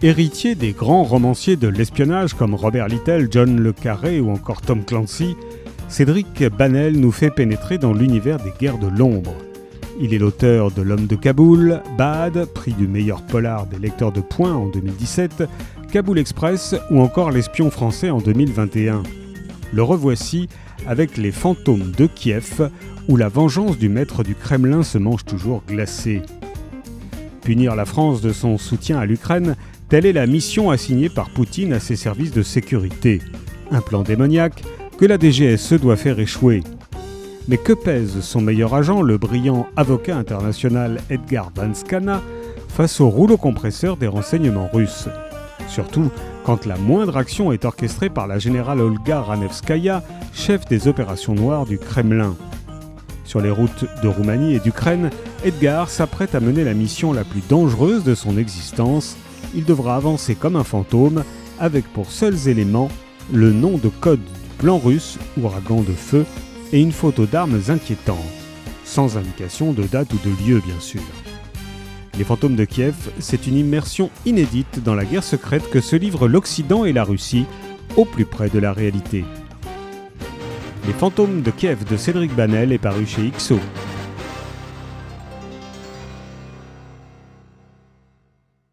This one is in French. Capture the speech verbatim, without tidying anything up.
Héritier des grands romanciers de l'espionnage comme Robert Little, John le Carré ou encore Tom Clancy, Cédric Banel nous fait pénétrer dans l'univers des guerres de l'ombre. Il est l'auteur de L'Homme de Kaboul, Bad, prix du meilleur polar des lecteurs de Point en deux mille dix-sept, Kaboul Express ou encore L'espion français en deux mille vingt et un. Le revoici avec Les fantômes de Kiev, où la vengeance du maître du Kremlin se mange toujours glacée. Punir la France de son soutien à l'Ukraine, telle est la mission assignée par Poutine à ses services de sécurité. Un plan démoniaque que la D G S E doit faire échouer. Mais que pèse son meilleur agent, le brillant avocat international Edgar Vanskana, face au rouleau compresseur des renseignements russes ? Surtout quand la moindre action est orchestrée par la générale Olga Ranevskaya, chef des opérations noires du Kremlin. Sur les routes de Roumanie et d'Ukraine, Edgar s'apprête à mener la mission la plus dangereuse de son existence. Il devra avancer comme un fantôme, avec pour seuls éléments le nom de code du plan russe, ouragan de feu, et une photo d'armes inquiétantes, sans indication de date ou de lieu bien sûr. Les fantômes de Kiev, c'est une immersion inédite dans la guerre secrète que se livrent l'Occident et la Russie, au plus près de la réalité. Les fantômes de Kiev de Cédric Banel est paru chez X O.